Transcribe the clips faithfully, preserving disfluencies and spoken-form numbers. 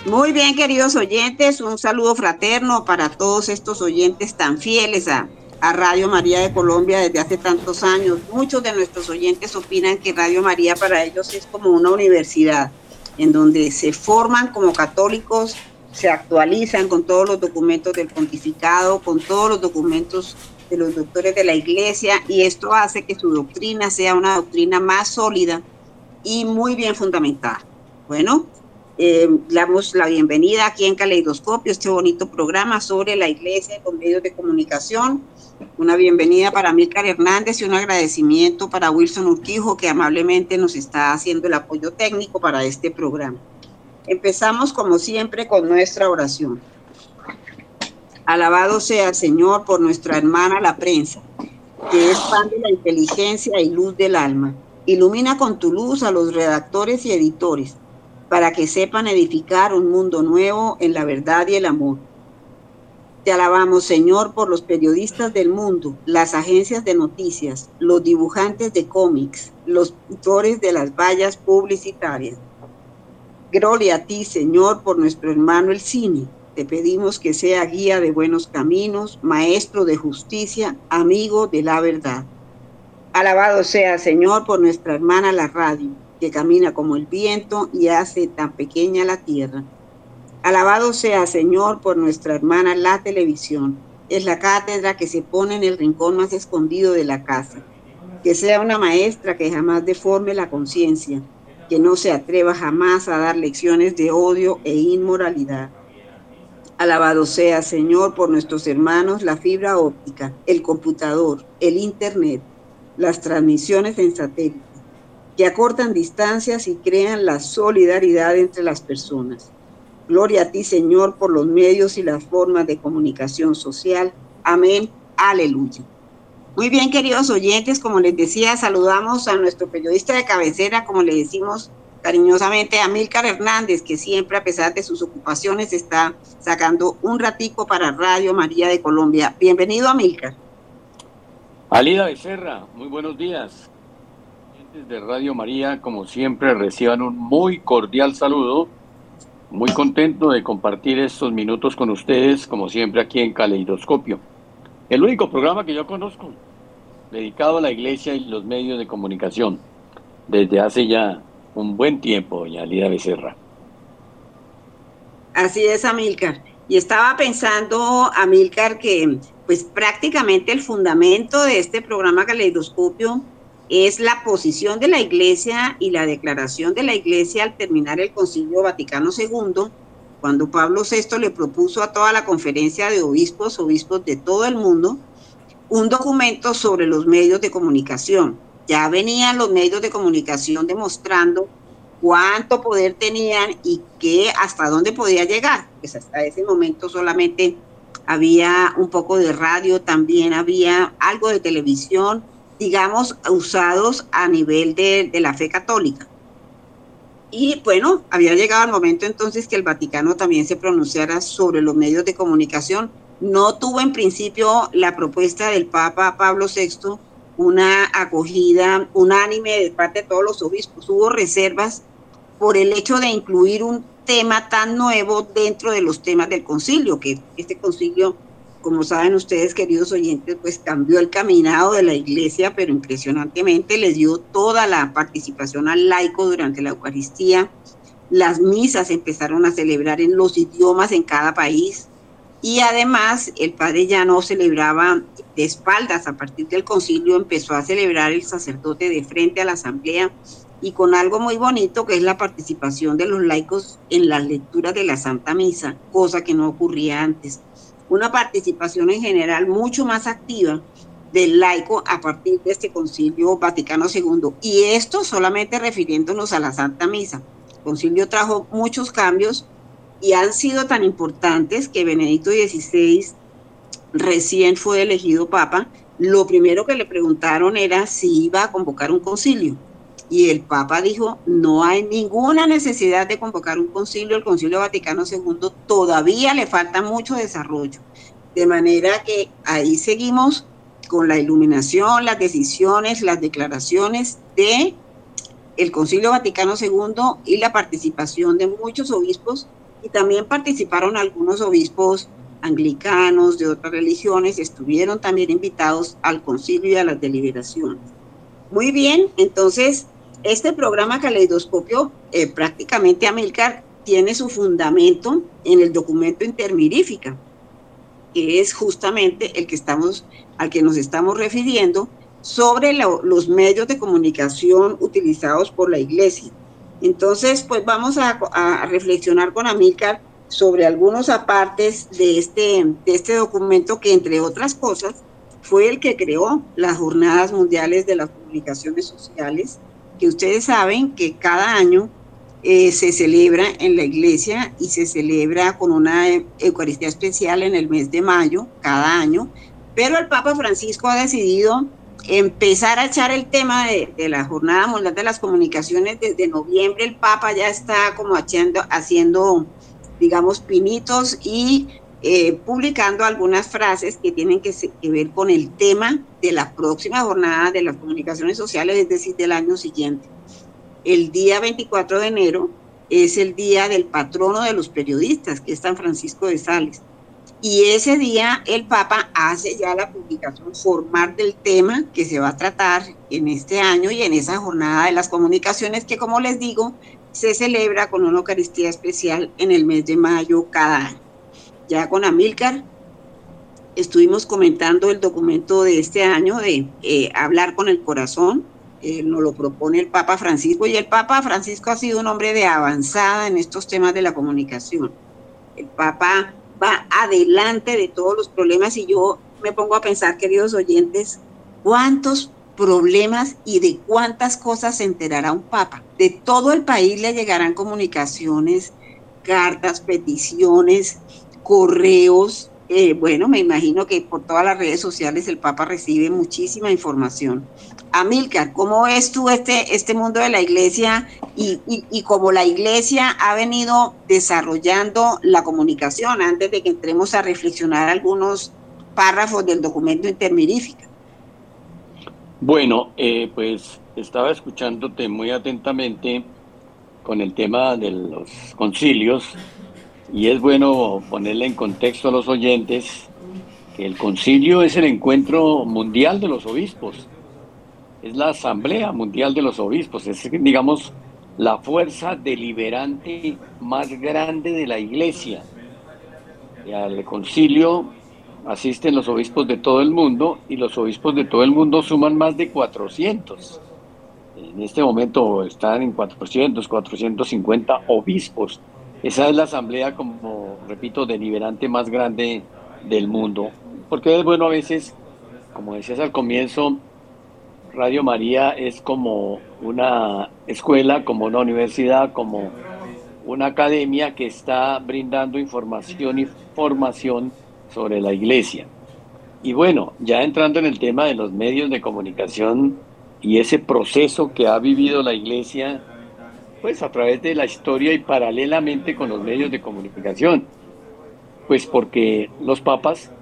Muy bien, queridos oyentes, un saludo fraterno para todos estos oyentes tan fieles a, a Radio María de Colombia desde hace tantos años. Muchos de nuestros oyentes opinan que Radio María para ellos es como una universidad en donde se forman como católicos, se actualizan con todos los documentos del pontificado, con todos los documentos de los doctores de la iglesia, y esto hace que su doctrina sea una doctrina más sólida y muy bien fundamentada. Bueno, eh, damos la bienvenida aquí en Caleidoscopio, este bonito programa sobre la iglesia y los medios de comunicación. Una bienvenida para Amílcar Hernández y un agradecimiento para Wilson Urquijo, que amablemente nos está haciendo el apoyo técnico para este programa. Empezamos, como siempre, con nuestra oración. Alabado sea el Señor por nuestra hermana la prensa, que es pan de la inteligencia y luz del alma. Ilumina con tu luz a los redactores y editores, para que sepan edificar un mundo nuevo en la verdad y el amor. Te alabamos, Señor, por los periodistas del mundo, las agencias de noticias, los dibujantes de cómics, los autores de las vallas publicitarias. Gloria a ti, Señor, por nuestro hermano el cine. Te pedimos que sea guía de buenos caminos, maestro de justicia, amigo de la verdad. Alabado sea, Señor, por nuestra hermana la radio, que camina como el viento y hace tan pequeña la tierra. Alabado sea, Señor, por nuestra hermana la televisión. Es la cátedra que se pone en el rincón más escondido de la casa. Que sea una maestra que jamás deforme la conciencia, que no se atreva jamás a dar lecciones de odio e inmoralidad. Alabado sea, Señor, por nuestros hermanos la fibra óptica, el computador, el internet, las transmisiones en satélite, que acortan distancias y crean la solidaridad entre las personas. Gloria a ti, Señor, por los medios y las formas de comunicación social. Amén. Aleluya. Muy bien, queridos oyentes, como les decía, saludamos a nuestro periodista de cabecera, como le decimos cariñosamente, a Amílcar Hernández, que siempre, a pesar de sus ocupaciones, está sacando un ratico para Radio María de Colombia. Bienvenido, Amílcar. Alida Becerra, muy buenos días. De Radio María, como siempre, reciban un muy cordial saludo. Muy contento de compartir estos minutos con ustedes, como siempre, aquí en Caleidoscopio. El único programa que yo conozco dedicado a la iglesia y los medios de comunicación, desde hace ya un buen tiempo, doña Alida Becerra. Así es, Amílcar. Y estaba pensando, Amílcar, que pues prácticamente el fundamento de este programa Caleidoscopio es la posición de la Iglesia y la declaración de la Iglesia al terminar el Concilio Vaticano segundo, cuando Pablo sexto le propuso a toda la conferencia de obispos, obispos de todo el mundo, un documento sobre los medios de comunicación. Ya venían los medios de comunicación demostrando cuánto poder tenían y qué, hasta dónde podía llegar. Pues hasta ese momento solamente había un poco de radio, también había algo de televisión, digamos, usados a nivel de, de la fe católica. Y bueno, había llegado el momento entonces que el Vaticano también se pronunciara sobre los medios de comunicación. No tuvo en principio la propuesta del Papa Pablo sexto una acogida unánime de parte de todos los obispos. Hubo reservas por el hecho de incluir un tema tan nuevo dentro de los temas del concilio, que este concilio, como saben ustedes, queridos oyentes, pues cambió el caminado de la iglesia, pero impresionantemente les dio toda la participación al laico durante la Eucaristía. Las misas empezaron a celebrar en los idiomas en cada país, y además el padre ya no celebraba de espaldas. A partir del concilio empezó a celebrar el sacerdote de frente a la asamblea, y con algo muy bonito, que es la participación de los laicos en las lecturas de la Santa Misa, cosa que no ocurría antes. Una participación en general mucho más activa del laico a partir de este Concilio Vaticano segundo, y esto solamente refiriéndonos a la Santa Misa. El concilio trajo muchos cambios y han sido tan importantes que Benedicto dieciséis recién fue elegido papa. Lo primero que le preguntaron era si iba a convocar un concilio. Y el Papa dijo, no hay ninguna necesidad de convocar un concilio, el Concilio Vaticano segundo todavía le falta mucho desarrollo. De manera que ahí seguimos con la iluminación, las decisiones, las declaraciones de el Concilio Vaticano segundo y la participación de muchos obispos y también participaron algunos obispos anglicanos de otras religiones, estuvieron también invitados al concilio y a las deliberaciones. Muy bien, entonces este programa Caleidoscopio, eh, prácticamente, Amílcar, tiene su fundamento en el documento Intermirífica, que es justamente el que estamos, al que nos estamos refiriendo, sobre lo, los medios de comunicación utilizados por la Iglesia. Entonces, pues vamos a, a reflexionar con Amílcar sobre algunos apartes de este, de este documento que, entre otras cosas, fue el que creó las Jornadas Mundiales de las Comunicaciones Sociales, que ustedes saben que cada año eh, se celebra en la iglesia y se celebra con una Eucaristía especial en el mes de mayo, cada año, pero el Papa Francisco ha decidido empezar a echar el tema de, de la Jornada Mundial de las Comunicaciones desde noviembre. El Papa ya está como haciendo, haciendo digamos, pinitos y eh, publicando algunas frases que tienen que, que ver con el tema de la próxima jornada de las comunicaciones sociales, es decir, del año siguiente. El día veinticuatro de enero es el día del patrono de los periodistas, que es San Francisco de Sales. Y ese día el Papa hace ya la publicación formal del tema que se va a tratar en este año y en esa jornada de las comunicaciones que, como les digo, se celebra con una Eucaristía especial en el mes de mayo cada año. Ya con Amílcar estuvimos comentando el documento de este año de eh, hablar con el corazón, eh, nos lo propone el Papa Francisco, y el Papa Francisco ha sido un hombre de avanzada en estos temas de la comunicación. El Papa va adelante de todos los problemas y yo me pongo a pensar, queridos oyentes, cuántos problemas y de cuántas cosas se enterará un Papa. De todo el país le llegarán comunicaciones, cartas, peticiones, correos. Eh, bueno, me imagino que por todas las redes sociales el Papa recibe muchísima información. Amílcar, ¿cómo ves tú este, este mundo de la iglesia y, y, y cómo la iglesia ha venido desarrollando la comunicación antes de que entremos a reflexionar algunos párrafos del documento Intermirífica? Bueno, eh, pues estaba escuchándote muy atentamente con el tema de los concilios y es bueno ponerle en contexto a los oyentes que el concilio es el encuentro mundial de los obispos, es la Asamblea Mundial de los Obispos, es, digamos, la fuerza deliberante más grande de la Iglesia. Y al concilio asisten los obispos de todo el mundo y los obispos de todo el mundo suman más de cuatrocientos. En este momento están en cuatrocientos, cuatrocientos cincuenta obispos. Esa es la asamblea, como repito, deliberante más grande del mundo. Porque es bueno a veces, como decías al comienzo, Radio María es como una escuela, como una universidad, como una academia que está brindando información y formación sobre la iglesia. Y bueno, ya entrando en el tema de los medios de comunicación y ese proceso que ha vivido la iglesia, pues a través de la historia y paralelamente con los medios de comunicación, pues porque los papas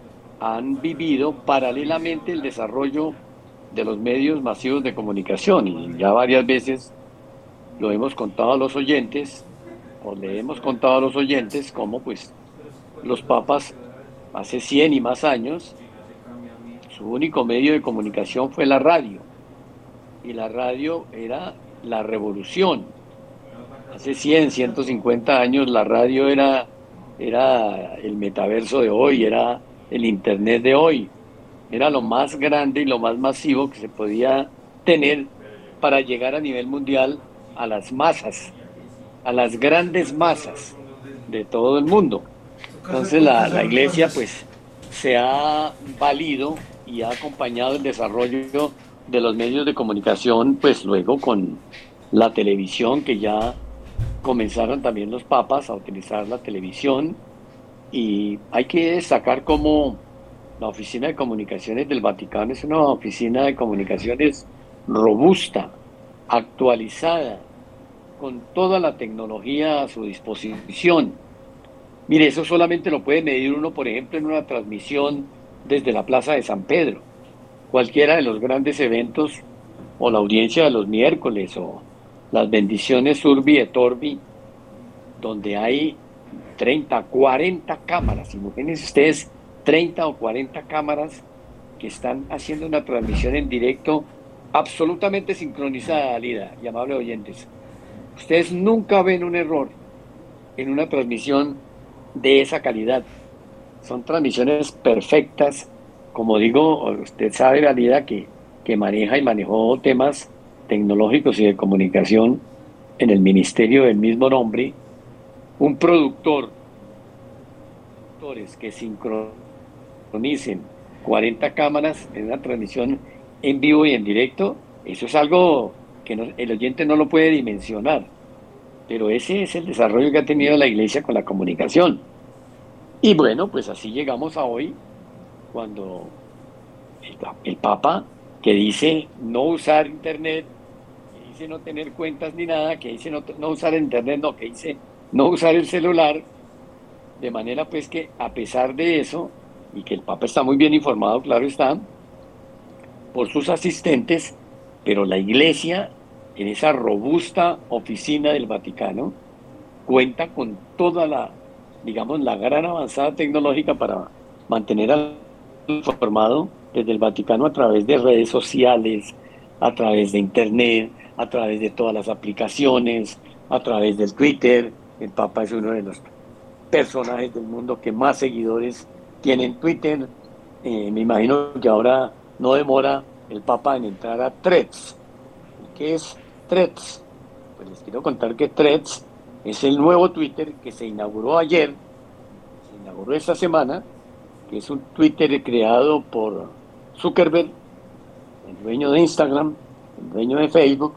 han vivido paralelamente el desarrollo de los medios masivos de comunicación y ya varias veces lo hemos contado a los oyentes o le hemos contado a los oyentes cómo pues los papas hace cien y más años su único medio de comunicación fue la radio y la radio era la revolución. Hace cien, ciento cincuenta años la radio era, era el metaverso de hoy, era el internet de hoy. Era lo más grande y lo más masivo que se podía tener para llegar a nivel mundial a las masas, a las grandes masas de todo el mundo. Entonces la, la iglesia pues se ha valido y ha acompañado el desarrollo de los medios de comunicación, pues luego con la televisión, que ya comenzaron también los papas a utilizar la televisión, y hay que destacar cómo la Oficina de Comunicaciones del Vaticano es una oficina de comunicaciones robusta, actualizada, con toda la tecnología a su disposición. Mire, eso solamente lo puede medir uno, por ejemplo, en una transmisión desde la Plaza de San Pedro. Cualquiera de los grandes eventos, o la audiencia de los miércoles, o las bendiciones Urbi et Orbi, donde hay treinta, cuarenta cámaras, imagínense ustedes, treinta o cuarenta cámaras que están haciendo una transmisión en directo absolutamente sincronizada, Alida y amables oyentes. Ustedes nunca ven un error en una transmisión de esa calidad. Son transmisiones perfectas. Como digo, usted sabe, Alida, que, que maneja y manejó temas tecnológicos y de comunicación en el ministerio del mismo nombre. Un productor, productores que sincronicen cuarenta cámaras en una transmisión en vivo y en directo, eso es algo que no, el oyente no lo puede dimensionar, pero ese es el desarrollo que ha tenido la Iglesia con la comunicación. Y bueno, pues así llegamos a hoy, cuando el, el Papa, que dice no usar Internet, que dice no tener cuentas ni nada, que dice no, no usar Internet, no, que dice no usar el celular, de manera pues que a pesar de eso, y que el Papa está muy bien informado, claro está, por sus asistentes, pero la Iglesia, en esa robusta oficina del Vaticano, cuenta con toda la, digamos, la gran avanzada tecnológica para mantener al informado desde el Vaticano a través de redes sociales, a través de Internet, a través de todas las aplicaciones, a través del Twitter. El Papa es uno de los personajes del mundo que más seguidores tienen Twitter. Eh, me imagino que ahora no demora el Papa en entrar a Threads. ¿Qué es Threads? Pues les quiero contar que Threads es el nuevo Twitter que se inauguró ayer, se inauguró esta semana, que es un Twitter creado por Zuckerberg, el dueño de Instagram, el dueño de Facebook,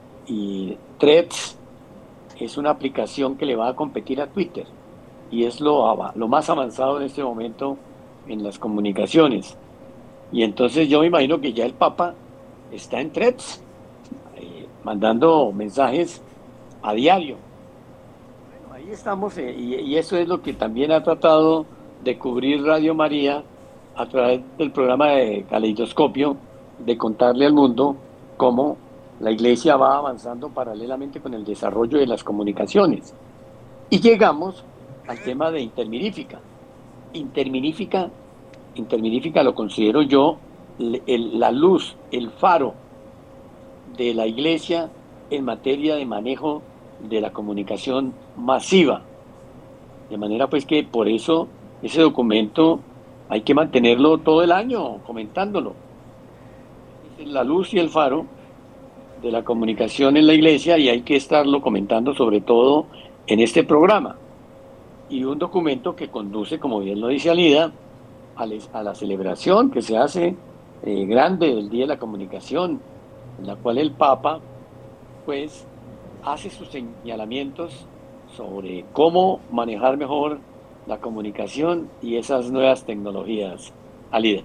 y Threads es una aplicación que le va a competir a Twitter y es lo, lo más avanzado en este momento en las comunicaciones. Y entonces yo me imagino que ya el Papa está en Threads, eh, mandando mensajes a diario. Bueno, ahí estamos, eh, y, y eso es lo que también ha tratado de cubrir Radio María a través del programa de Caleidoscopio, de contarle al mundo cómo la Iglesia va avanzando paralelamente con el desarrollo de las comunicaciones. Y llegamos al tema de Interminífica. Interminífica, Interminífica lo considero yo el, el, la luz, el faro de la Iglesia en materia de manejo de la comunicación masiva. De manera pues que por eso ese documento hay que mantenerlo todo el año comentándolo. Es la luz y el faro de la comunicación en la Iglesia y hay que estarlo comentando sobre todo en este programa. Y un documento que conduce, como bien lo dice Alida, a, les, a la celebración que se hace eh, grande del Día de la Comunicación, en la cual el Papa pues hace sus señalamientos sobre cómo manejar mejor la comunicación y esas nuevas tecnologías. Alida.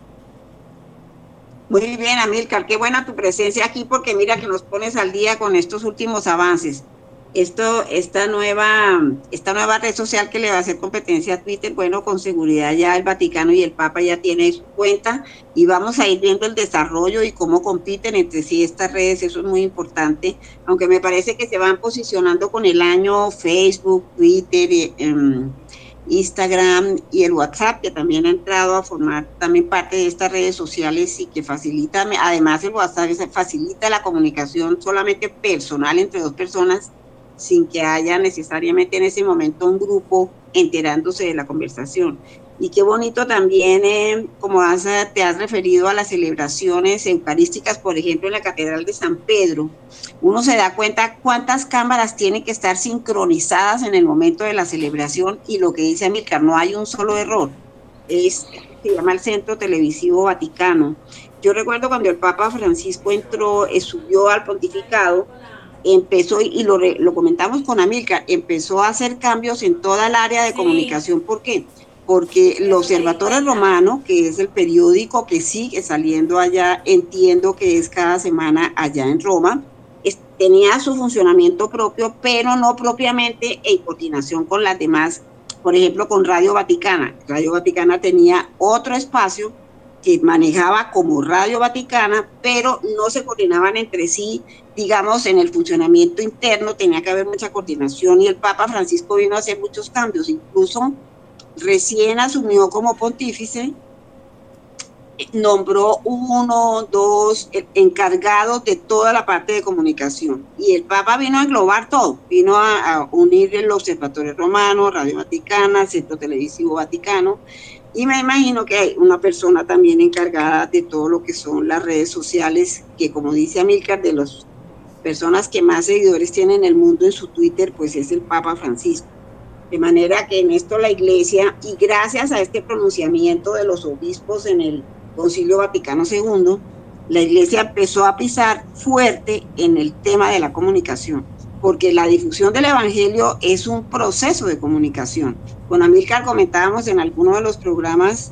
Muy bien, Amílcar, qué buena tu presencia aquí, porque mira que nos pones al día con estos últimos avances. Esto, esta nueva, esta nueva red social que le va a hacer competencia a Twitter, bueno, con seguridad ya el Vaticano y el Papa ya tienen su cuenta y vamos a ir viendo el desarrollo y cómo compiten entre sí estas redes, eso es muy importante, aunque me parece que se van posicionando con el año Facebook, Twitter, eh, Instagram y el WhatsApp, que también ha entrado a formar también parte de estas redes sociales y que facilita, además el WhatsApp facilita la comunicación solamente personal entre dos personas, sin que haya necesariamente en ese momento un grupo enterándose de la conversación. Y qué bonito también, eh, como has, te has referido a las celebraciones eucarísticas, por ejemplo, en la Catedral de San Pedro, uno se da cuenta cuántas cámaras tienen que estar sincronizadas en el momento de la celebración, y lo que dice Amílcar, no hay un solo error, es, se llama el Centro Televisivo Vaticano. Yo recuerdo cuando el Papa Francisco entró, eh, subió al pontificado, empezó, y lo, lo comentamos con Amílcar, empezó a hacer cambios en toda el área de comunicación. ¿Por qué? Porque el Observatorio Romano, que es el periódico que sigue saliendo allá, entiendo que es cada semana allá en Roma, es, tenía su funcionamiento propio, pero no propiamente en coordinación con las demás, por ejemplo, con Radio Vaticana. Radio Vaticana tenía otro espacio que manejaba como Radio Vaticana, pero no se coordinaban entre sí, digamos, en el funcionamiento interno, tenía que haber mucha coordinación y el Papa Francisco vino a hacer muchos cambios, incluso recién asumió como pontífice, nombró uno, dos encargados de toda la parte de comunicación. Y el Papa vino a englobar todo, vino a, a unir el Observatorio Romano, Radio Vaticana, Centro Televisivo Vaticano, y me imagino que hay una persona también encargada de todo lo que son las redes sociales, que como dice Amílcar, de las personas que más seguidores tienen en el mundo en su Twitter, pues es el Papa Francisco. De manera que en esto la Iglesia, y gracias a este pronunciamiento de los obispos en el Concilio Vaticano segundo, la Iglesia empezó a pisar fuerte en el tema de la comunicación, porque la difusión del Evangelio es un proceso de comunicación. Con Amílcar comentábamos en alguno de los programas,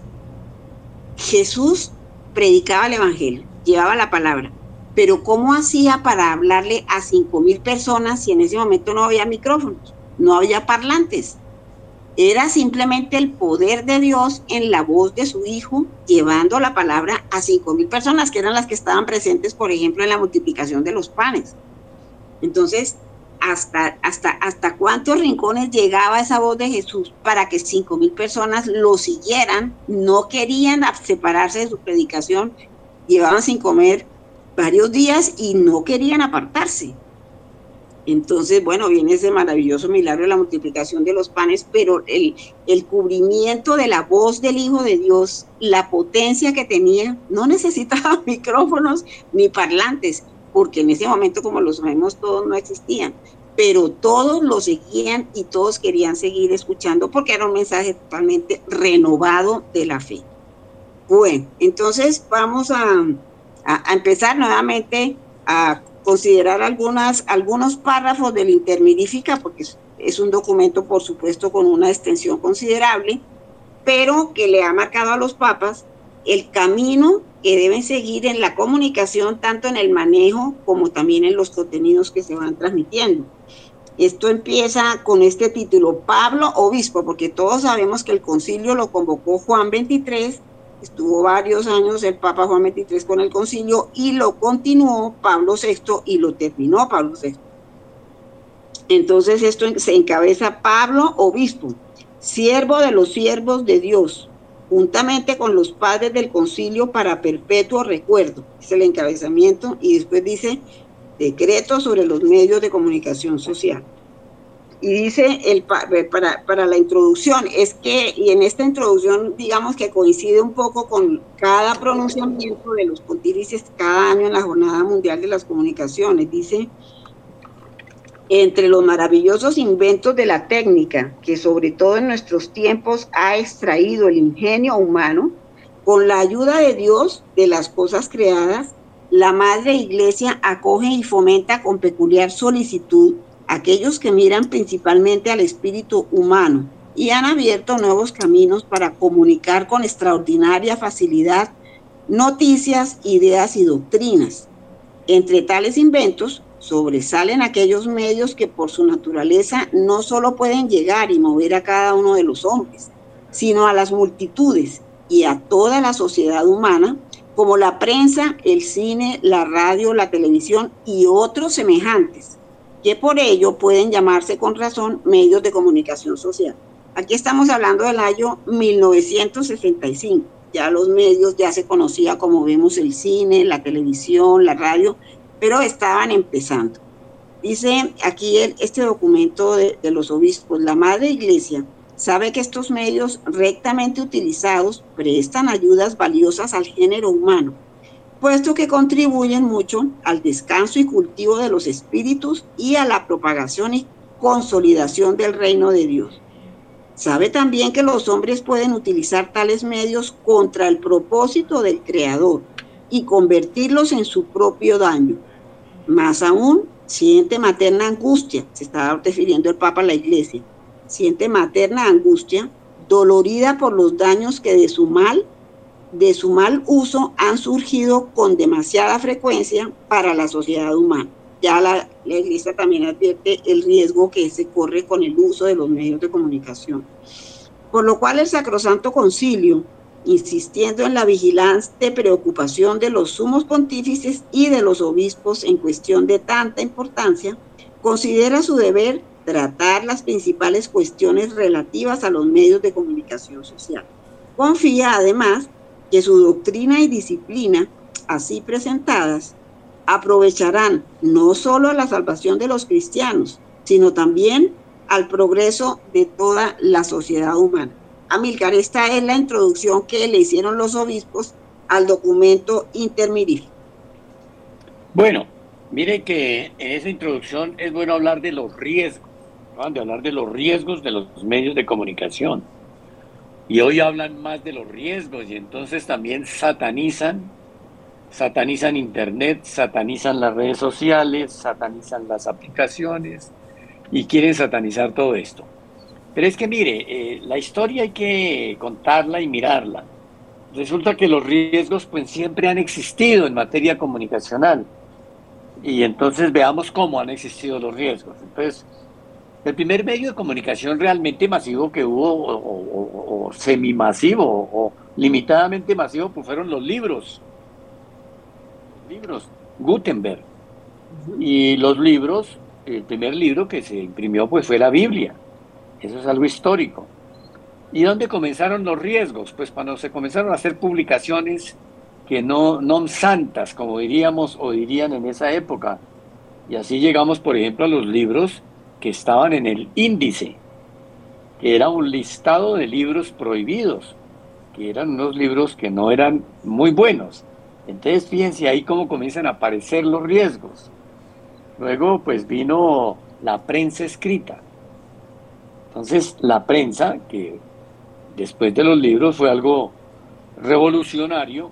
Jesús predicaba el Evangelio, llevaba la palabra, pero ¿cómo hacía para hablarle a cinco mil personas si en ese momento no había micrófonos, no había parlantes? Era simplemente el poder de Dios en la voz de su Hijo, llevando la palabra a cinco mil personas, que eran las que estaban presentes, por ejemplo, en la multiplicación de los panes. Entonces, hasta, hasta, hasta cuántos rincones llegaba esa voz de Jesús para que cinco mil personas lo siguieran, no querían separarse de su predicación, llevaban sin comer varios días y no querían apartarse. Entonces, bueno, viene ese maravilloso milagro de la multiplicación de los panes, pero el, el cubrimiento de la voz del Hijo de Dios, la potencia que tenía, no necesitaba micrófonos ni parlantes, porque en ese momento, como lo sabemos todos, no existían, pero todos lo seguían y todos querían seguir escuchando porque era un mensaje totalmente renovado de la fe. Bueno, entonces vamos a, a, a empezar nuevamente a considerar algunas, algunos párrafos del Intermirifica, porque es, es un documento, por supuesto, con una extensión considerable, pero que le ha marcado a los papas el camino que deben seguir en la comunicación, tanto en el manejo como también en los contenidos que se van transmitiendo. Esto empieza con este título, Pablo Obispo, porque todos sabemos que el concilio lo convocó Juan veintitrés, estuvo varios años el Papa Juan veintitrés con el concilio y lo continuó Pablo sexto y lo terminó Pablo sexto. Entonces esto se encabeza Pablo Obispo, siervo de los siervos de Dios, juntamente con los padres del concilio para perpetuo recuerdo. Es el encabezamiento y después dice decreto sobre los medios de comunicación social. Y dice, el, para, para la introducción, es que, y en esta introducción, digamos que coincide un poco con cada pronunciamiento de los pontífices cada año en la Jornada Mundial de las Comunicaciones. Dice, entre los maravillosos inventos de la técnica, que sobre todo en nuestros tiempos ha extraído el ingenio humano, con la ayuda de Dios de las cosas creadas, la Madre Iglesia acoge y fomenta con peculiar solicitud aquellos que miran principalmente al espíritu humano y han abierto nuevos caminos para comunicar con extraordinaria facilidad noticias, ideas y doctrinas. Entre tales inventos sobresalen aquellos medios que por su naturaleza no solo pueden llegar y mover a cada uno de los hombres, sino a las multitudes y a toda la sociedad humana, como la prensa, el cine, la radio, la televisión y otros semejantes, que por ello pueden llamarse con razón medios de comunicación social. Aquí estamos hablando del año mil novecientos sesenta y cinco, ya los medios ya se conocía como vemos el cine, la televisión, la radio, pero estaban empezando. Dice aquí el, este documento de, de los obispos, la Madre Iglesia sabe que estos medios rectamente utilizados prestan ayudas valiosas al género humano, puesto que contribuyen mucho al descanso y cultivo de los espíritus y a la propagación y consolidación del reino de Dios. Sabe también que los hombres pueden utilizar tales medios contra el propósito del Creador y convertirlos en su propio daño. Más aún, siente materna angustia, se está refiriendo el Papa a la Iglesia, siente materna angustia, dolorida por los daños que de su mal de su mal uso han surgido con demasiada frecuencia para la sociedad humana. Ya la, la Iglesia también advierte el riesgo que se corre con el uso de los medios de comunicación. Por lo cual el Sacrosanto Concilio insistiendo en la vigilante preocupación de los sumos pontífices y de los obispos en cuestión de tanta importancia, considera su deber tratar las principales cuestiones relativas a los medios de comunicación social. Confía, además, que su doctrina y disciplina, así presentadas, aprovecharán no solo a la salvación de los cristianos, sino también al progreso de toda la sociedad humana. Amílcar, esta es la introducción que le hicieron los obispos al documento Intermirir. Bueno, mire que en esa introducción es bueno hablar de los riesgos, ¿no? De hablar de los riesgos de los medios de comunicación. Y hoy hablan más de los riesgos y entonces también satanizan, satanizan Internet, satanizan las redes sociales, satanizan las aplicaciones y quieren satanizar todo esto. Pero es que mire, eh, la historia hay que contarla y mirarla. Resulta que los riesgos pues siempre han existido en materia comunicacional. Y entonces veamos cómo han existido los riesgos. Entonces, el primer medio de comunicación realmente masivo que hubo, o, o, o semimasivo, o limitadamente masivo, pues fueron los libros. Los libros, Gutenberg. Y los libros, el primer libro que se imprimió pues fue la Biblia. Eso es algo histórico. ¿Y dónde comenzaron los riesgos? Pues cuando se comenzaron a hacer publicaciones que no, no santas, como diríamos o dirían en esa época. Y así llegamos, por ejemplo, a los libros que estaban en el índice, que era un listado de libros prohibidos, que eran unos libros que no eran muy buenos. Entonces, fíjense ahí cómo comienzan a aparecer los riesgos. Luego, pues vino la prensa escrita. Entonces, la prensa, que después de los libros fue algo revolucionario,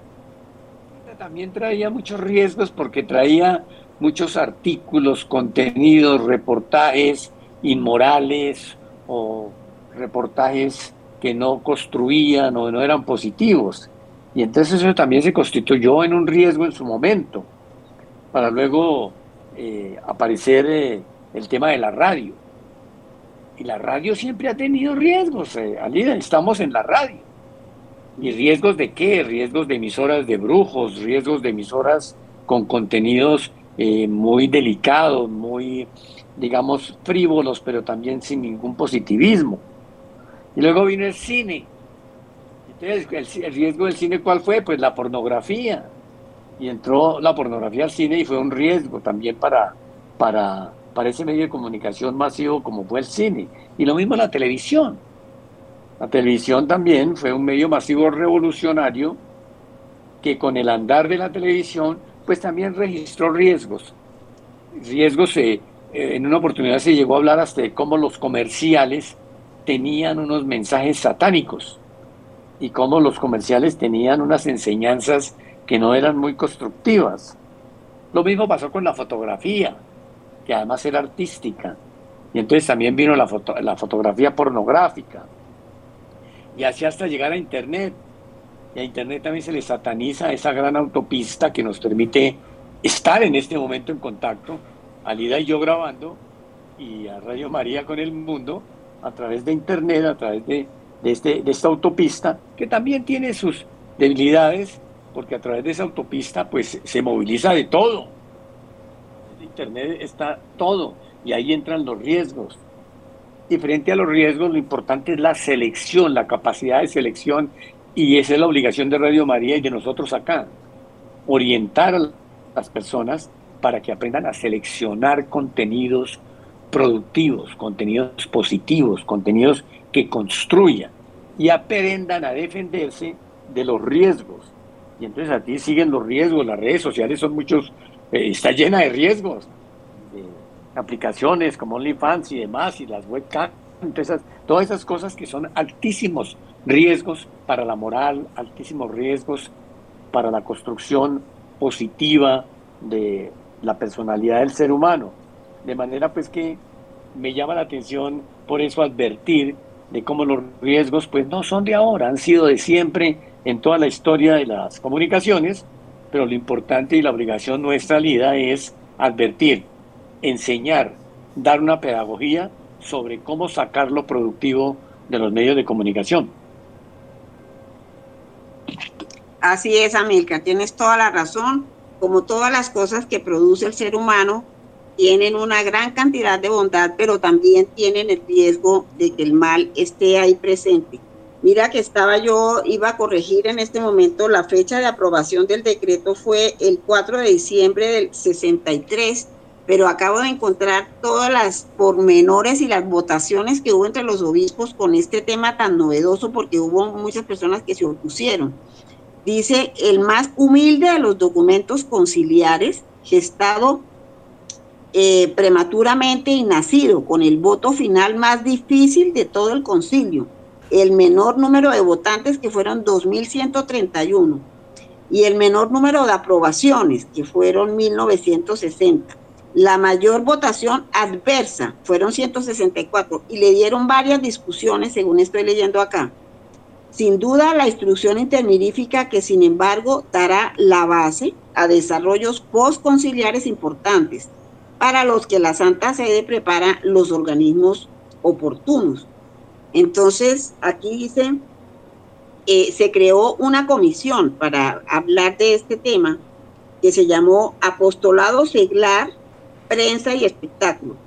también traía muchos riesgos porque traía muchos artículos, contenidos, reportajes inmorales o reportajes que no construían o no eran positivos. Y entonces eso también se constituyó en un riesgo en su momento, para luego eh, aparecer eh, el tema de la radio. Y la radio siempre ha tenido riesgos, eh, Alida, estamos en la radio. ¿Y riesgos de qué? Riesgos de emisoras de brujos, riesgos de emisoras con contenidos eh, muy delicados, muy, digamos, frívolos, pero también sin ningún positivismo. Y luego vino el cine. Entonces, el, el riesgo del cine, ¿cuál fue? Pues la pornografía. Y entró la pornografía al cine y fue un riesgo también para, para, para ese medio de comunicación masivo como fue el cine. Y lo mismo la televisión. La televisión también fue un medio masivo revolucionario que con el andar de la televisión pues también registró riesgos. Riesgos, eh, eh, en una oportunidad se llegó a hablar hasta de cómo los comerciales tenían unos mensajes satánicos y cómo los comerciales tenían unas enseñanzas que no eran muy constructivas. Lo mismo pasó con la fotografía, que además era artística. Y entonces también vino la, foto, la fotografía pornográfica. Y así hasta llegar a Internet. Y a Internet también se le sataniza esa gran autopista que nos permite estar en este momento en contacto, Alida y yo grabando, y a Radio María con el mundo, a través de Internet, a través de, de, este, de esta autopista, que también tiene sus debilidades, porque a través de esa autopista pues se moviliza de todo. En Internet está todo, y ahí entran los riesgos. Y frente a los riesgos, lo importante es la selección, la capacidad de selección, y esa es la obligación de Radio María y de nosotros acá, orientar a las personas para que aprendan a seleccionar contenidos productivos, contenidos positivos, contenidos que construyan, y aprendan a defenderse de los riesgos. Y entonces a ti siguen los riesgos, las redes sociales son muchos, eh, está llena de riesgos, aplicaciones como OnlyFans y demás, y las webcams, entonces, todas esas cosas que son altísimos riesgos para la moral, altísimos riesgos para la construcción positiva de la personalidad del ser humano. De manera pues que me llama la atención por eso advertir de cómo los riesgos pues no son de ahora, han sido de siempre en toda la historia de las comunicaciones, pero lo importante y la obligación nuestra, Lida, es advertir, enseñar, dar una pedagogía sobre cómo sacar lo productivo de los medios de comunicación. Así es, Amilcar, tienes toda la razón. Como todas las cosas que produce el ser humano, tienen una gran cantidad de bondad, pero también tienen el riesgo de que el mal esté ahí presente. Mira que estaba yo, iba a corregir en este momento, la fecha de aprobación del decreto fue el cuatro de diciembre del sesenta y tres, pero acabo de encontrar todas las pormenores y las votaciones que hubo entre los obispos con este tema tan novedoso, porque hubo muchas personas que se opusieron. Dice, el más humilde de los documentos conciliares, gestado eh, prematuramente y nacido con el voto final más difícil de todo el concilio, el menor número de votantes, que fueron dos mil ciento treinta y uno, y el menor número de aprobaciones, que fueron mil novecientos sesenta. La mayor votación adversa fueron ciento sesenta y cuatro, y le dieron varias discusiones, según estoy leyendo acá. Sin duda, la instrucción intermirífica, que sin embargo dará la base a desarrollos postconciliares importantes, para los que la Santa Sede prepara los organismos oportunos. Entonces, aquí dice, eh, se creó una comisión para hablar de este tema, que se llamó Apostolado Seglar, Prensa y Espectáculo.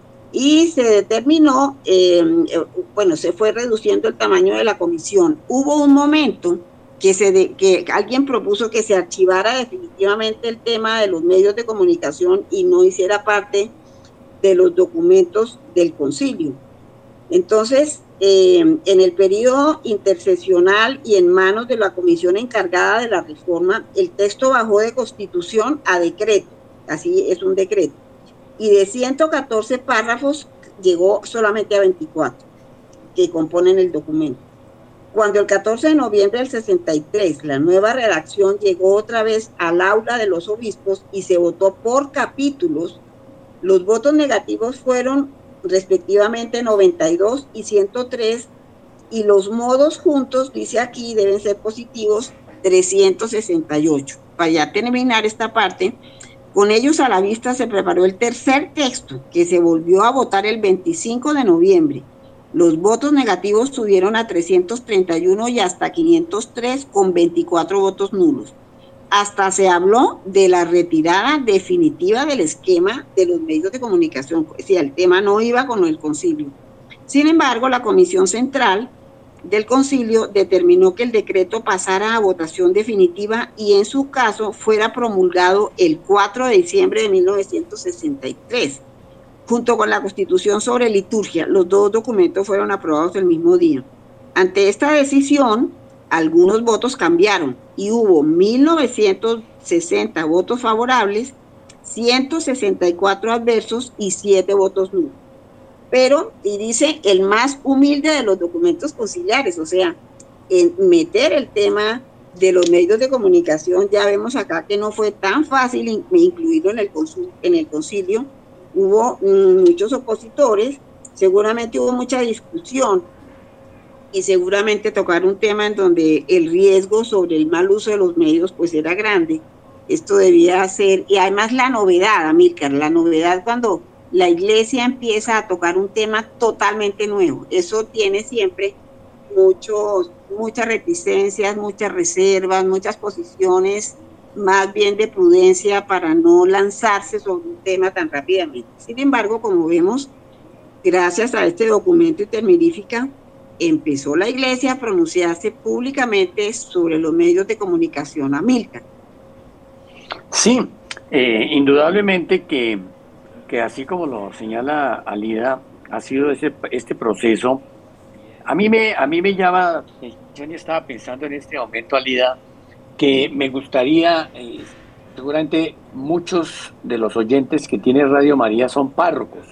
Y se determinó, eh, bueno, se fue reduciendo el tamaño de la comisión. Hubo un momento que, se de, que alguien propuso que se archivara definitivamente el tema de los medios de comunicación y no hiciera parte de los documentos del concilio. Entonces, eh, en el periodo intercesional y en manos de la comisión encargada de la reforma, el texto bajó de constitución a decreto, así es un decreto, y de ciento catorce párrafos llegó solamente a veinticuatro que componen el documento. Cuando el catorce de noviembre del sesenta y tres la nueva redacción llegó otra vez al aula de los obispos y se votó por capítulos, los votos negativos fueron respectivamente noventa y dos y ciento tres, y los modos juntos, dice aquí, deben ser positivos, trescientos sesenta y ocho. Para ya terminar esta parte, con ellos a la vista se preparó el tercer texto, que se volvió a votar el veinticinco de noviembre. Los votos negativos subieron a trescientos treinta y uno y hasta quinientos tres, con veinticuatro votos nulos. Hasta se habló de la retirada definitiva del esquema de los medios de comunicación. O sea, el tema no iba con el concilio. Sin embargo, la Comisión Central del concilio determinó que el decreto pasara a votación definitiva y en su caso fuera promulgado el cuatro de diciembre de mil novecientos sesenta y tres. Junto con la Constitución sobre liturgia, los dos documentos fueron aprobados el mismo día. Ante esta decisión, algunos votos cambiaron y hubo mil novecientos sesenta votos favorables, ciento sesenta y cuatro adversos y siete votos nulos. Pero, y dice, el más humilde de los documentos conciliares, o sea, en meter el tema de los medios de comunicación, ya vemos acá que no fue tan fácil incluirlo en el, en el concilio, hubo mm, muchos opositores, seguramente hubo mucha discusión, y seguramente tocar un tema en donde el riesgo sobre el mal uso de los medios pues era grande. Esto debía ser, y además la novedad, Amílcar, la novedad cuando la iglesia empieza a tocar un tema totalmente nuevo. Eso tiene siempre muchos, muchas reticencias, muchas reservas, muchas posiciones más bien de prudencia para no lanzarse sobre un tema tan rápidamente. Sin embargo, como vemos, gracias a este documento intermirífica, empezó la iglesia a pronunciarse públicamente sobre los medios de comunicación. Amílcar. Sí, eh, indudablemente que que así como lo señala Alida, ha sido ese, este proceso. A mí me, a mí me llama, yo ni estaba pensando en este momento, Alida, que me gustaría, eh, seguramente muchos de los oyentes que tiene Radio María son párrocos.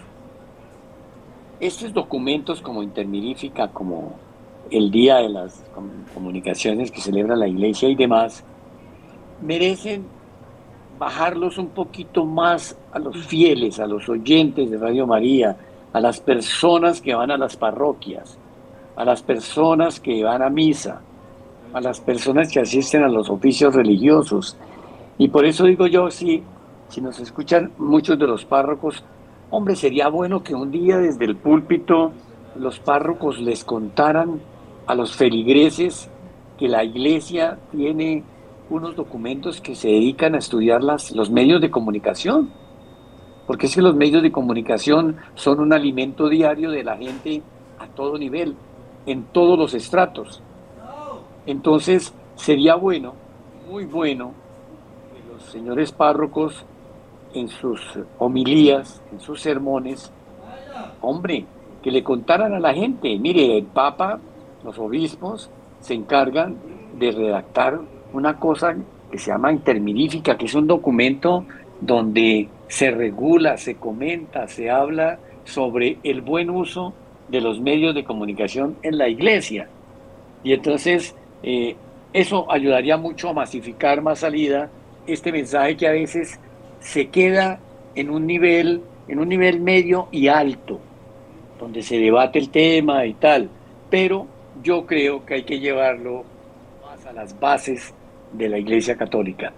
Estos documentos como intermirífica, como el Día de las Comunicaciones que celebra la Iglesia y demás, merecen bajarlos un poquito más a los fieles, a los oyentes de Radio María, a las personas que van a las parroquias, a las personas que van a misa, a las personas que asisten a los oficios religiosos. Y por eso digo yo, si, si nos escuchan muchos de los párrocos, hombre, sería bueno que un día desde el púlpito los párrocos les contaran a los feligreses que la iglesia tiene unos documentos que se dedican a estudiar las, los medios de comunicación, porque es que los medios de comunicación son un alimento diario de la gente a todo nivel, en todos los estratos. Entonces, sería bueno, muy bueno, que los señores párrocos en sus homilías, en sus sermones, hombre, que le contaran a la gente, mire, el Papa, los obispos, se encargan de redactar una cosa que se llama interminífica, que es un documento donde se regula, se comenta, se habla sobre el buen uso de los medios de comunicación en la iglesia. Y entonces eh, eso ayudaría mucho a masificar más salida este mensaje que a veces se queda en un nivel, en un nivel medio y alto, donde se debate el tema y tal, pero yo creo que hay que llevarlo más a las bases de la Iglesia Católica.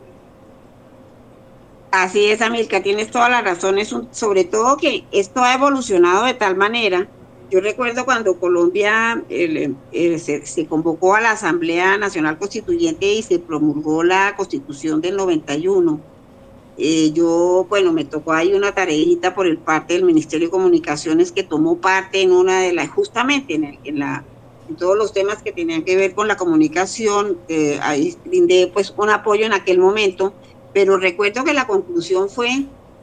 Así es, Amilcar, tienes toda la razón, es un, sobre todo que esto ha evolucionado de tal manera. Yo recuerdo cuando Colombia el, el, se, se convocó a la Asamblea Nacional Constituyente y se promulgó la Constitución del noventa y uno. Eh, yo, bueno, me tocó ahí una tareita por el parte del Ministerio de Comunicaciones que tomó parte en una de las, justamente en, el, en, la, en todos los temas que tenían que ver con la comunicación, eh, ahí brindé pues un apoyo en aquel momento, pero recuerdo que la conclusión fue,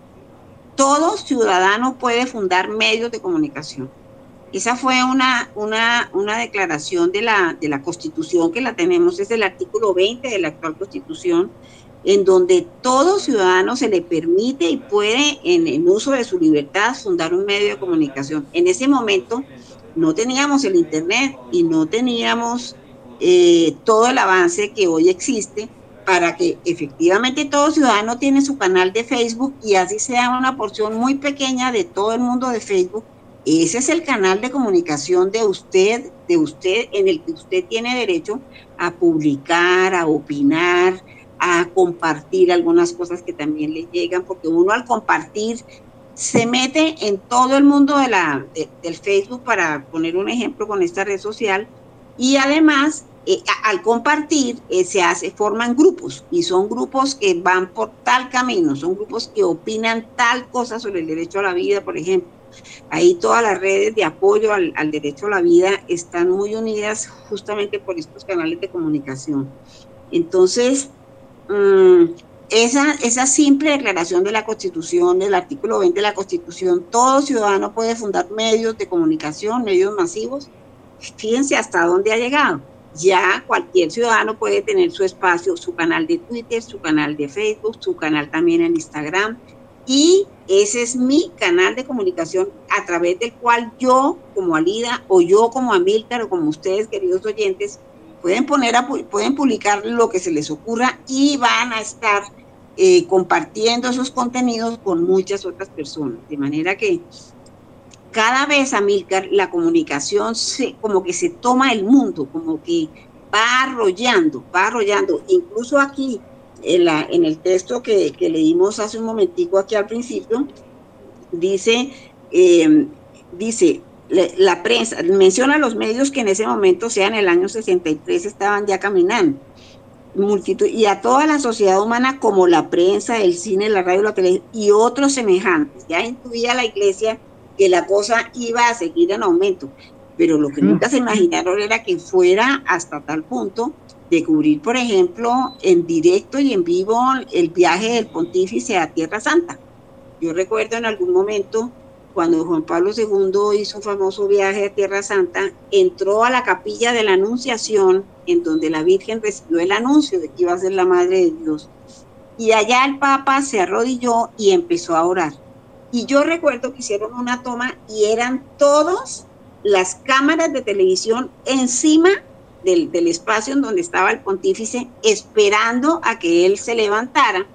todo ciudadano puede fundar medios de comunicación. Esa fue una, una, una declaración de la, de la Constitución que la tenemos, es el artículo veinte de la actual Constitución, en donde todo ciudadano se le permite y puede, en, en uso de su libertad, fundar un medio de comunicación. En ese momento no teníamos el Internet y no teníamos eh, todo el avance que hoy existe para que efectivamente todo ciudadano tiene su canal de Facebook y así sea una porción muy pequeña de todo el mundo de Facebook. Ese es el canal de comunicación de usted, de usted, en el que usted tiene derecho a publicar, a opinar, a compartir algunas cosas que también le llegan, porque uno al compartir se mete en todo el mundo de la, de, del Facebook, para poner un ejemplo con esta red social, y además eh, al compartir eh, se hace, forman grupos, y son grupos que van por tal camino, son grupos que opinan tal cosa sobre el derecho a la vida, por ejemplo. Ahí todas las redes de apoyo al, al derecho a la vida están muy unidas justamente por estos canales de comunicación. Entonces, mmm, esa, esa simple declaración de la Constitución, del artículo veinte de la Constitución, todo ciudadano puede fundar medios de comunicación, medios masivos. Fíjense hasta dónde ha llegado. Ya cualquier ciudadano puede tener su espacio, su canal de Twitter, su canal de Facebook, su canal también en Instagram, y ese es mi canal de comunicación a través del cual yo como Alida, o yo como Amilcar, o como ustedes, queridos oyentes, pueden poner a, pueden publicar lo que se les ocurra y van a estar eh, compartiendo esos contenidos con muchas otras personas, de manera que cada vez, Amilcar, la comunicación se, como que se toma el mundo, como que va arrollando, va arrollando, incluso aquí en, la, en el texto que, que leímos hace un momentico aquí al principio, dice, eh, dice, la, la prensa, menciona los medios que en ese momento, o sea, en el año sesenta y tres, estaban ya caminando, multitud, y a toda la sociedad humana como la prensa, el cine, la radio, la televisión y otros semejantes. Ya intuía la iglesia que la cosa iba a seguir en aumento, pero lo que nunca se imaginaron era que fuera hasta tal punto de cubrir, por ejemplo, en directo y en vivo el viaje del pontífice a Tierra Santa. Yo recuerdo en algún momento, cuando Juan Pablo segundo hizo un famoso viaje a Tierra Santa, entró a la capilla de la Anunciación, en donde la Virgen recibió el anuncio de que iba a ser la Madre de Dios, y allá el Papa se arrodilló y empezó a orar. Y yo recuerdo que hicieron una toma y eran todas las cámaras de televisión encima del, del espacio en donde estaba el pontífice, esperando a que él se levantara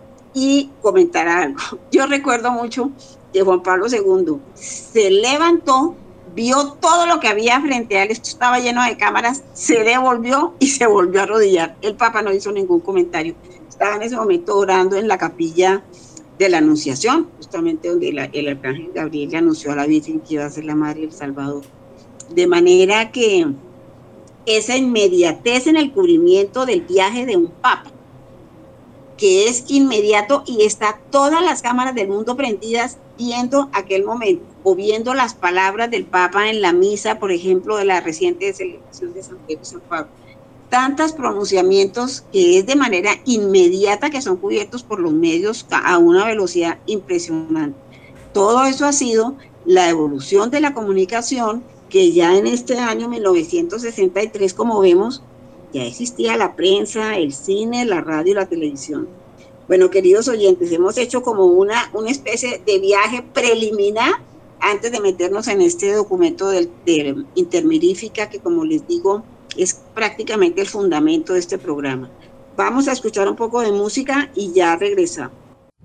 y comentara algo. Yo recuerdo mucho que Juan Pablo segundo se levantó, vio todo lo que había frente a él, esto estaba lleno de cámaras, se devolvió y se volvió a arrodillar. El Papa no hizo ningún comentario. Estaba en ese momento orando en la capilla de la Anunciación, justamente donde la, el arcángel Gabriel le anunció a la Virgen que iba a ser la Madre del Salvador. De manera que esa inmediatez en el cubrimiento del viaje de un papa, que es inmediato y está todas las cámaras del mundo prendidas viendo aquel momento, o viendo las palabras del Papa en la misa, por ejemplo, de la reciente celebración de San Pedro y San Pablo. Tantos pronunciamientos que es de manera inmediata, que son cubiertos por los medios a una velocidad impresionante. Todo eso ha sido la evolución de la comunicación, que ya en este año mil novecientos sesenta y tres, como vemos, ya existía la prensa, el cine, la radio y la televisión. Bueno, queridos oyentes, hemos hecho como una, una especie de viaje preliminar antes de meternos en este documento de, de Intermirífica, que como les digo, es prácticamente el fundamento de este programa. Vamos a escuchar un poco de música y ya regresamos.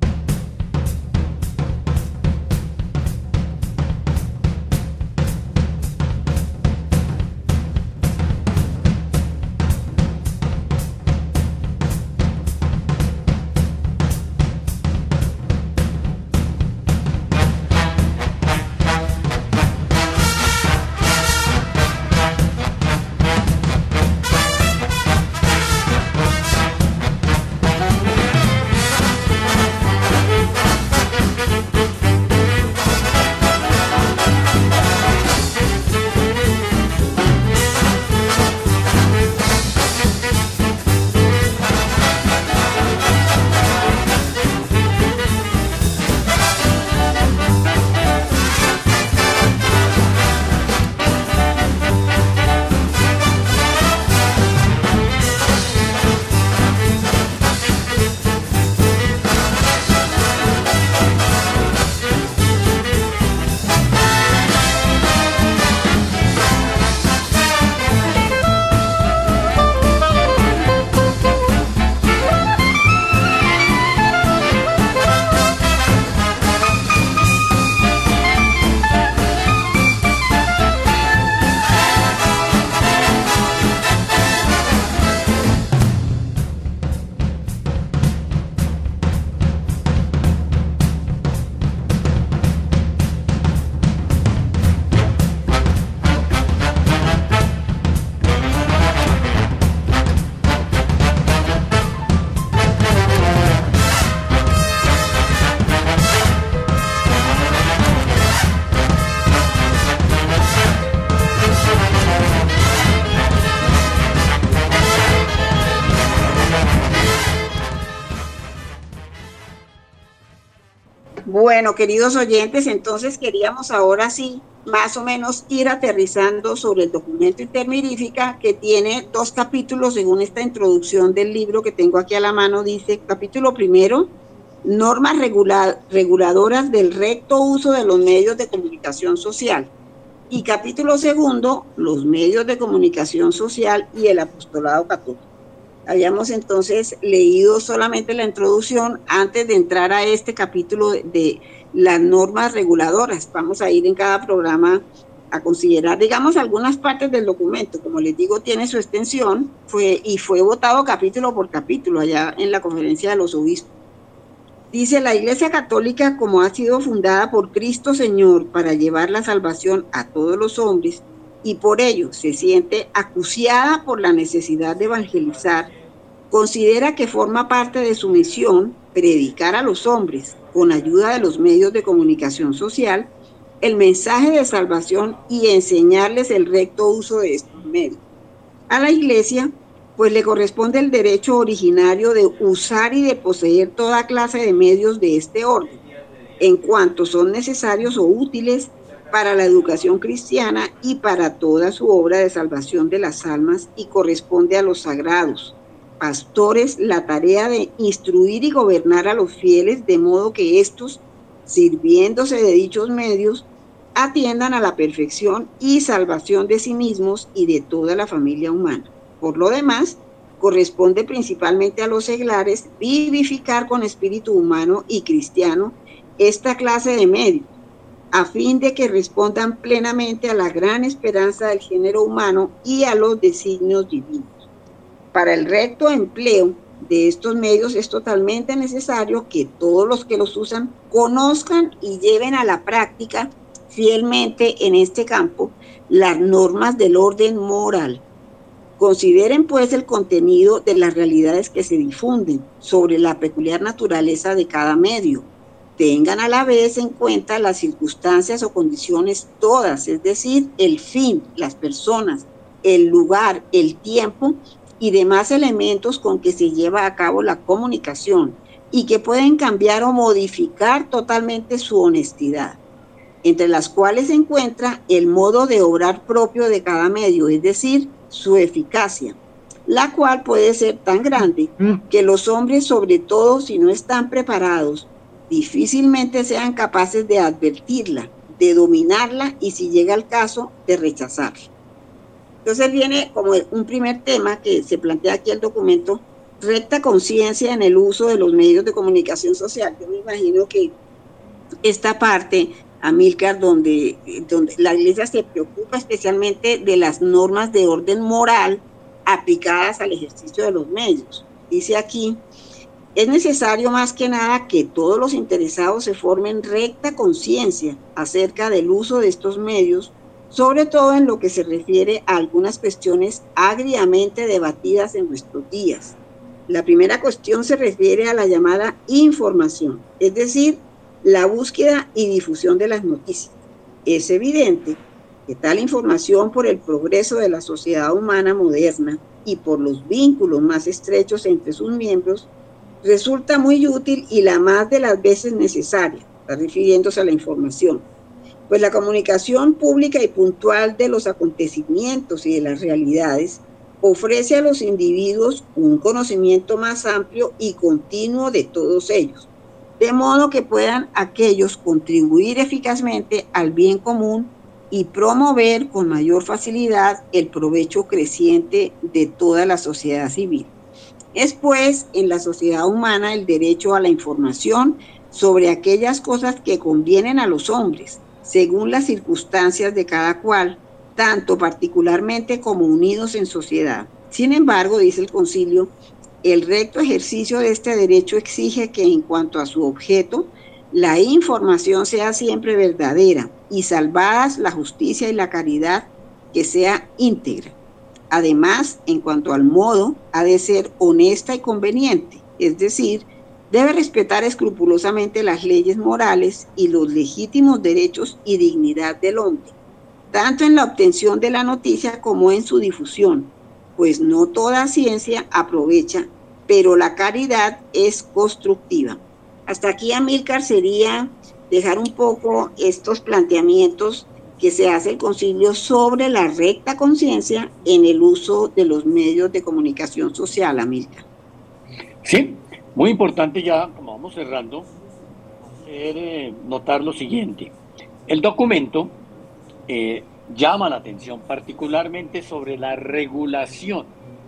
Bueno, queridos oyentes, entonces queríamos ahora sí más o menos ir aterrizando sobre el documento Intermirífica, que tiene dos capítulos según esta introducción del libro que tengo aquí a la mano. Dice, capítulo primero, normas regula reguladoras del recto uso de los medios de comunicación social. Y capítulo segundo, los medios de comunicación social y el apostolado católico. Habíamos entonces leído solamente la introducción antes de entrar a este capítulo de, de las normas reguladoras. Vamos a ir en cada programa a considerar, digamos, algunas partes del documento. Como les digo, tiene su extensión fue, y fue votado capítulo por capítulo allá en la Conferencia de los Obispos. Dice, la Iglesia Católica, como ha sido fundada por Cristo Señor para llevar la salvación a todos los hombres, y por ello se siente acuciada por la necesidad de evangelizar, considera que forma parte de su misión predicar a los hombres, con ayuda de los medios de comunicación social, el mensaje de salvación y enseñarles el recto uso de estos medios. A la Iglesia, pues le corresponde el derecho originario de usar y de poseer toda clase de medios de este orden, en cuanto son necesarios o útiles para la educación cristiana y para toda su obra de salvación de las almas, y corresponde a los sagrados pastores la tarea de instruir y gobernar a los fieles, de modo que éstos, sirviéndose de dichos medios, atiendan a la perfección y salvación de sí mismos y de toda la familia humana. Por lo demás, corresponde principalmente a los seglares vivificar con espíritu humano y cristiano esta clase de medios, a fin de que respondan plenamente a la gran esperanza del género humano y a los designios divinos. Para el recto empleo de estos medios es totalmente necesario que todos los que los usan conozcan y lleven a la práctica fielmente en este campo las normas del orden moral, Consideren pues el contenido de las realidades que se difunden sobre la peculiar naturaleza de cada medio. Tengan a la vez en cuenta las circunstancias o condiciones todas, es decir, el fin, las personas, el lugar, el tiempo y demás elementos con que se lleva a cabo la comunicación y que pueden cambiar o modificar totalmente su honestidad, entre las cuales se encuentra el modo de obrar propio de cada medio, es decir, su eficacia, la cual puede ser tan grande que los hombres, sobre todo si no están preparados, difícilmente sean capaces de advertirla, de dominarla y, si llega el caso, de rechazarla. Entonces viene como un primer tema que se plantea aquí el documento: recta conciencia en el uso de los medios de comunicación social. Yo me imagino que esta parte, Amílcar, donde, donde la Iglesia se preocupa especialmente de las normas de orden moral aplicadas al ejercicio de los medios. Dice aquí: es necesario más que nada que todos los interesados se formen recta conciencia acerca del uso de estos medios, sobre todo en lo que se refiere a algunas cuestiones agriamente debatidas en nuestros días. La primera cuestión se refiere a la llamada información, es decir, la búsqueda y difusión de las noticias. Es evidente que tal información, por el progreso de la sociedad humana moderna y por los vínculos más estrechos entre sus miembros, resulta muy útil y la más de las veces necesaria, está refiriéndose a la información, pues la comunicación pública y puntual de los acontecimientos y de las realidades ofrece a los individuos un conocimiento más amplio y continuo de todos ellos, de modo que puedan aquellos contribuir eficazmente al bien común y promover con mayor facilidad el provecho creciente de toda la sociedad civil. Es pues en la sociedad humana el derecho a la información sobre aquellas cosas que convienen a los hombres, según las circunstancias de cada cual, tanto particularmente como unidos en sociedad. Sin embargo, dice el concilio, el recto ejercicio de este derecho exige que, en cuanto a su objeto, la información sea siempre verdadera y, salvadas la justicia y la caridad, que sea íntegra. Además, en cuanto al modo, ha de ser honesta y conveniente, es decir, debe respetar escrupulosamente las leyes morales y los legítimos derechos y dignidad del hombre, tanto en la obtención de la noticia como en su difusión, pues no toda ciencia aprovecha, pero la caridad es constructiva. Hasta aquí, Amílcar, sería dejar un poco estos planteamientos que se hace el concilio sobre la recta conciencia en el uso de los medios de comunicación social, Amílcar. Sí, muy importante ya, como vamos cerrando, hacer, eh, notar lo siguiente. El documento eh, llama la atención particularmente sobre la regulación,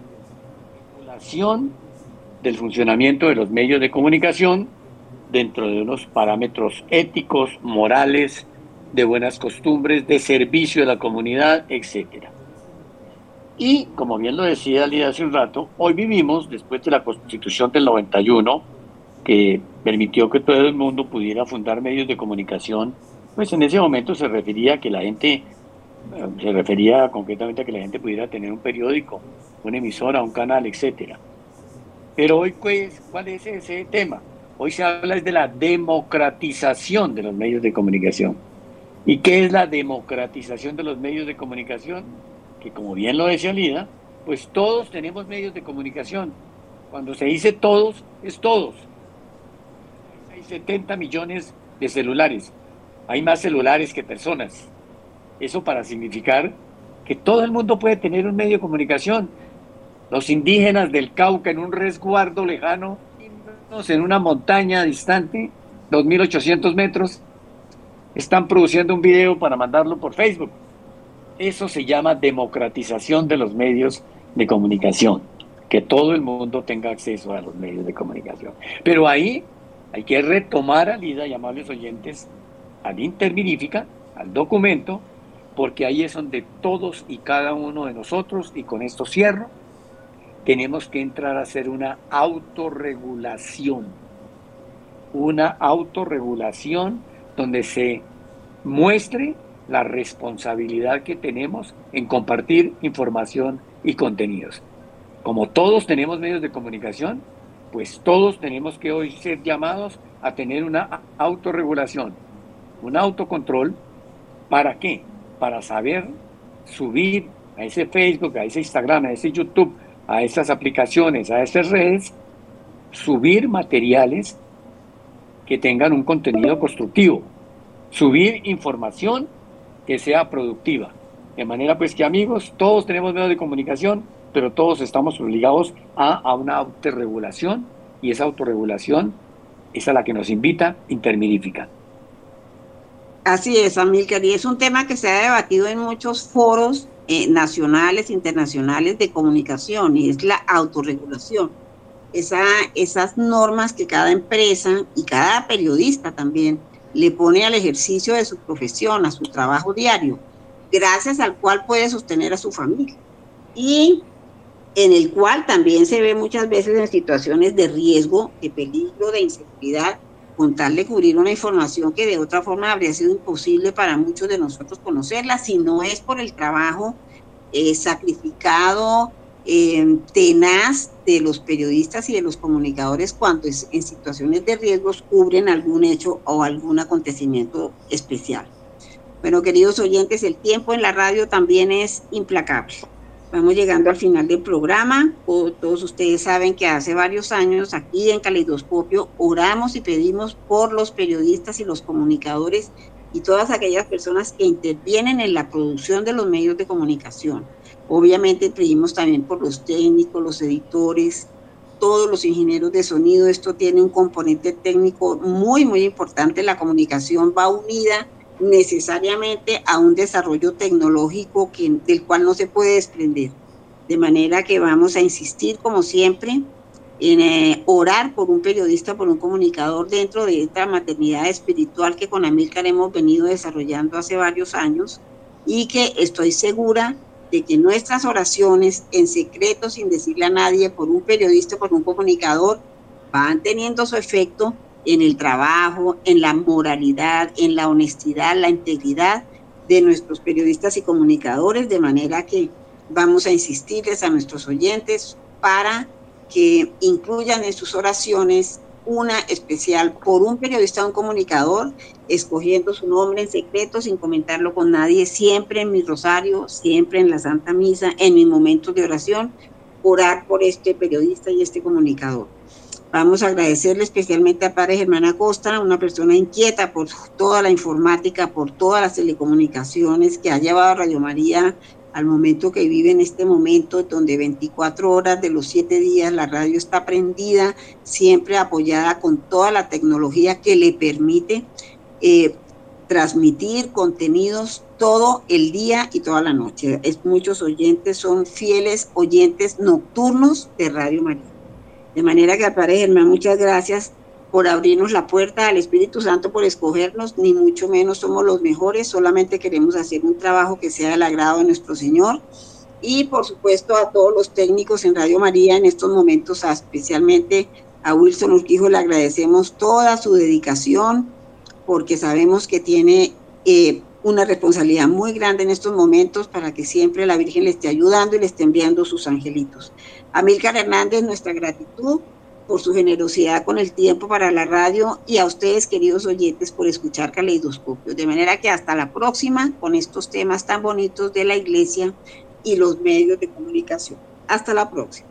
regulación del funcionamiento de los medios de comunicación dentro de unos parámetros éticos, morales, de buenas costumbres, de servicio a la comunidad, etcétera. Y, como bien lo decía Lida hace un rato, hoy vivimos, después de la Constitución del noventa y uno, que permitió que todo el mundo pudiera fundar medios de comunicación, pues en ese momento se refería a que la gente, se refería concretamente a que la gente pudiera tener un periódico, una emisora, un canal, etcétera. Pero hoy, pues, ¿cuál es ese tema? Hoy se habla de la democratización de los medios de comunicación. ¿Y qué es la democratización de los medios de comunicación? Que, como bien lo decía Lida, pues todos tenemos medios de comunicación. Cuando se dice todos, es todos. Hay setenta millones de celulares. Hay más celulares que personas. Eso para significar que todo el mundo puede tener un medio de comunicación. Los indígenas del Cauca, en un resguardo lejano, en una montaña distante, dos mil ochocientos metros, están produciendo un video para mandarlo por Facebook. Eso se llama democratización de los medios de comunicación, que todo el mundo tenga acceso a los medios de comunicación. Pero ahí hay que retomar, a Lida y amables oyentes, al Interminífica, al documento, porque ahí es donde todos y cada uno de nosotros, y con esto cierro, tenemos que entrar a hacer una autorregulación, una autorregulación donde se muestre la responsabilidad que tenemos en compartir información y contenidos. Como todos tenemos medios de comunicación, pues todos tenemos que hoy ser llamados a tener una autorregulación, un autocontrol. ¿Para qué? Para saber subir a ese Facebook, a ese Instagram, a ese YouTube, a esas aplicaciones, a esas redes, subir materiales que tengan un contenido constructivo, subir información que sea productiva. De manera pues que, amigos, todos tenemos medios de comunicación, pero todos estamos obligados a, a una autorregulación, y esa autorregulación es a la que nos invita Intermirífica. Así es, Amílcar, y es un tema que se ha debatido en muchos foros eh, nacionales, internacionales de comunicación, y es la autorregulación. Esa, esas normas que cada empresa y cada periodista también le pone al ejercicio de su profesión, a su trabajo diario, gracias al cual puede sostener a su familia, y en el cual también se ve muchas veces en situaciones de riesgo, de peligro, de inseguridad, con tal de cubrir una información que de otra forma habría sido imposible para muchos de nosotros conocerla, si no es por el trabajo eh, sacrificado, eh, tenaz de los periodistas y de los comunicadores cuando es, en situaciones de riesgos cubren algún hecho o algún acontecimiento especial. Bueno, queridos oyentes, el tiempo en la radio también es implacable. Vamos llegando al final del programa. Todos ustedes saben que hace varios años aquí en Caleidoscopio oramos y pedimos por los periodistas y los comunicadores y todas aquellas personas que intervienen en la producción de los medios de comunicación. Obviamente pedimos también por los técnicos, los editores, todos los ingenieros de sonido. Esto tiene un componente técnico muy, muy importante. La comunicación va unida necesariamente a un desarrollo tecnológico que, del cual no se puede desprender. De manera que vamos a insistir, como siempre, en eh, orar por un periodista, por un comunicador dentro de esta maternidad espiritual que con Amílcar hemos venido desarrollando hace varios años, y que estoy segura de que nuestras oraciones en secreto, sin decirle a nadie, por un periodista, por un comunicador, van teniendo su efecto en el trabajo, en la moralidad, en la honestidad, la integridad de nuestros periodistas y comunicadores, de manera que vamos a insistirles a nuestros oyentes para que incluyan en sus oraciones una especial por un periodista o un comunicador, escogiendo su nombre en secreto, sin comentarlo con nadie, siempre en mi rosario, siempre en la Santa Misa, en mis momentos de oración, orar por este periodista y este comunicador. Vamos a agradecerle especialmente a Padre Germán Acosta, una persona inquieta por toda la informática, por todas las telecomunicaciones que ha llevado a Radio María al momento que vive en este momento, donde veinticuatro horas de los siete días la radio está prendida, siempre apoyada con toda la tecnología que le permite eh, transmitir contenidos todo el día y toda la noche. Es, muchos oyentes son fieles oyentes nocturnos de Radio María. De manera que, Padre Germán, muchas gracias por abrirnos la puerta, al Espíritu Santo por escogernos, ni mucho menos somos los mejores, solamente queremos hacer un trabajo que sea del agrado de nuestro Señor. Y por supuesto a todos los técnicos en Radio María en estos momentos, especialmente a Wilson Urquijo, le agradecemos toda su dedicación, porque sabemos que tiene eh, una responsabilidad muy grande en estos momentos para que siempre la Virgen le esté ayudando y le esté enviando sus angelitos. Amílcar Hernández, nuestra gratitud por su generosidad con el tiempo para la radio, y a ustedes, queridos oyentes, por escuchar Caleidoscopio. De manera que hasta la próxima con estos temas tan bonitos de la Iglesia y los medios de comunicación. Hasta la próxima.